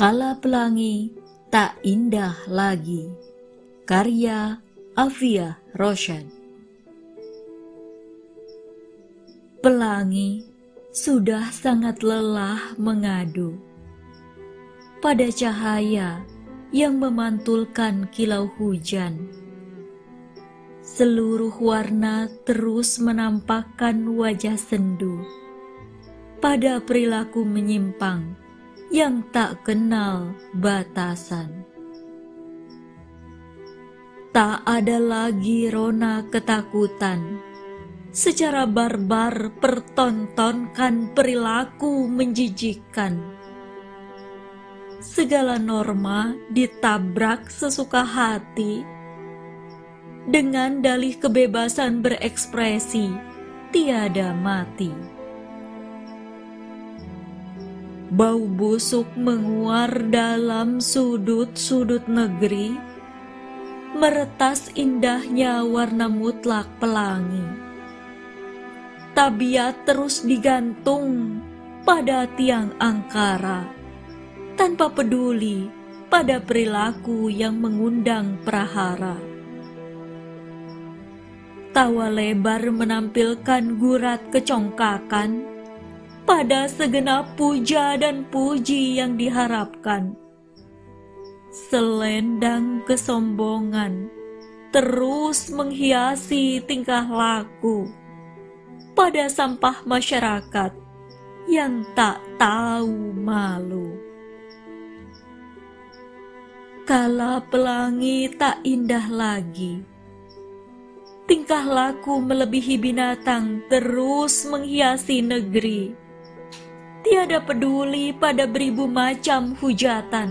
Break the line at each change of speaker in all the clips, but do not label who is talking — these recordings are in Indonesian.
Kala pelangi tak indah lagi. Karya Afia Roshan. Pelangi sudah sangat lelah mengadu pada cahaya yang memantulkan kilau hujan. Seluruh warna terus menampakkan wajah sendu pada perilaku menyimpang yang tak kenal batasan. Tak ada lagi rona ketakutan, secara barbar pertontonkan perilaku menjijikkan. Segala norma ditabrak sesuka hati, dengan dalih kebebasan berekspresi tiada mati. Bau busuk menguar dalam sudut-sudut negeri, meretas indahnya warna mutlak pelangi. Tabiat terus digantung pada tiang angkara, tanpa peduli pada perilaku yang mengundang prahara. Tawa lebar menampilkan gurat kecongkakan pada segenap puja dan puji yang diharapkan. Selendang kesombongan terus menghiasi tingkah laku pada sampah masyarakat yang tak tahu malu. Kala pelangi tak indah lagi, tingkah laku melebihi binatang terus menghiasi negeri. Tiada peduli pada beribu macam hujatan.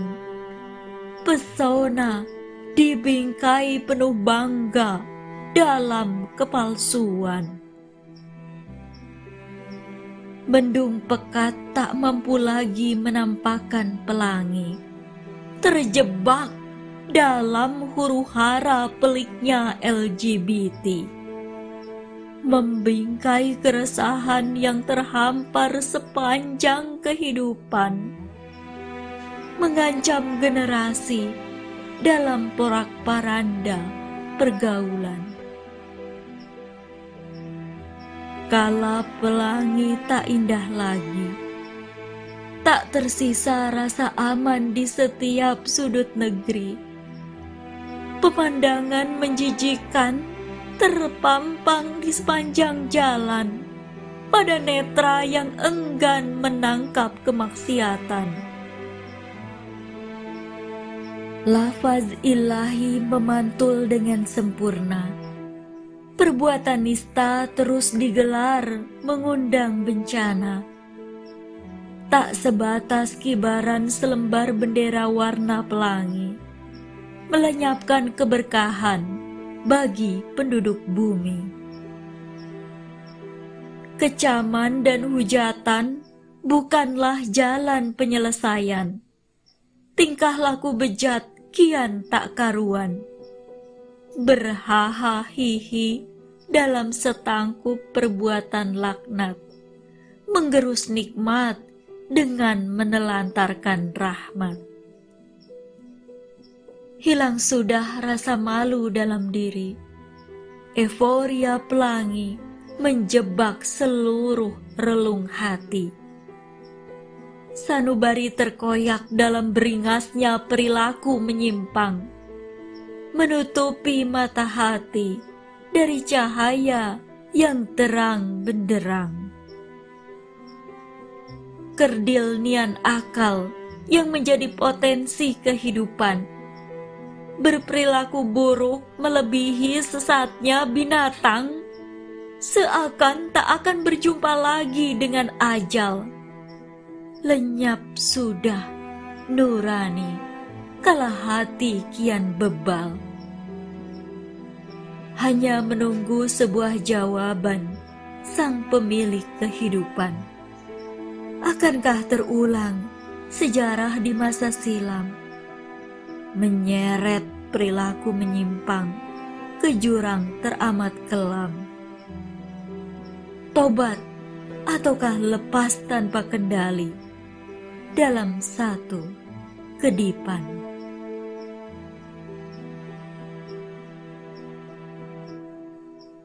Pesona dibingkai penuh bangga dalam kepalsuan. Mendung pekat tak mampu lagi menampakkan pelangi, terjebak dalam huru-hara peliknya LGBT. Membingkai keresahan yang terhampar sepanjang kehidupan, mengancam generasi dalam porak-paranda pergaulan. Kala pelangi tak indah lagi, tak tersisa rasa aman di setiap sudut negeri. Pemandangan menjijikkan terpampang di sepanjang jalan pada netra yang enggan menangkap kemaksiatan. Lafaz ilahi memantul dengan sempurna. Perbuatan nista terus digelar mengundang bencana. Tak sebatas kibaran selembar bendera warna pelangi, melenyapkan keberkahan bagi penduduk bumi. Kecaman dan hujatan bukanlah jalan penyelesaian. Tingkah laku bejat kian tak karuan. Berhaha-hihi dalam setangkup perbuatan laknat, menggerus nikmat dengan menelantarkan rahmat. Hilang sudah rasa malu dalam diri. Euforia pelangi menjebak seluruh relung hati. Sanubari terkoyak dalam beringasnya perilaku menyimpang, menutupi mata hati dari cahaya yang terang benderang. Kerdil nian akal yang menjadi potensi kehidupan, berperilaku buruk melebihi sesatnya binatang, seakan tak akan berjumpa lagi dengan ajal. Lenyap sudah nurani, kala hati kian bebal. Hanya menunggu sebuah jawaban sang pemilik kehidupan. Akankah terulang sejarah di masa silam, menyeret perilaku menyimpang ke jurang teramat kelam? Tobat ataukah lepas tanpa kendali dalam satu kedipan.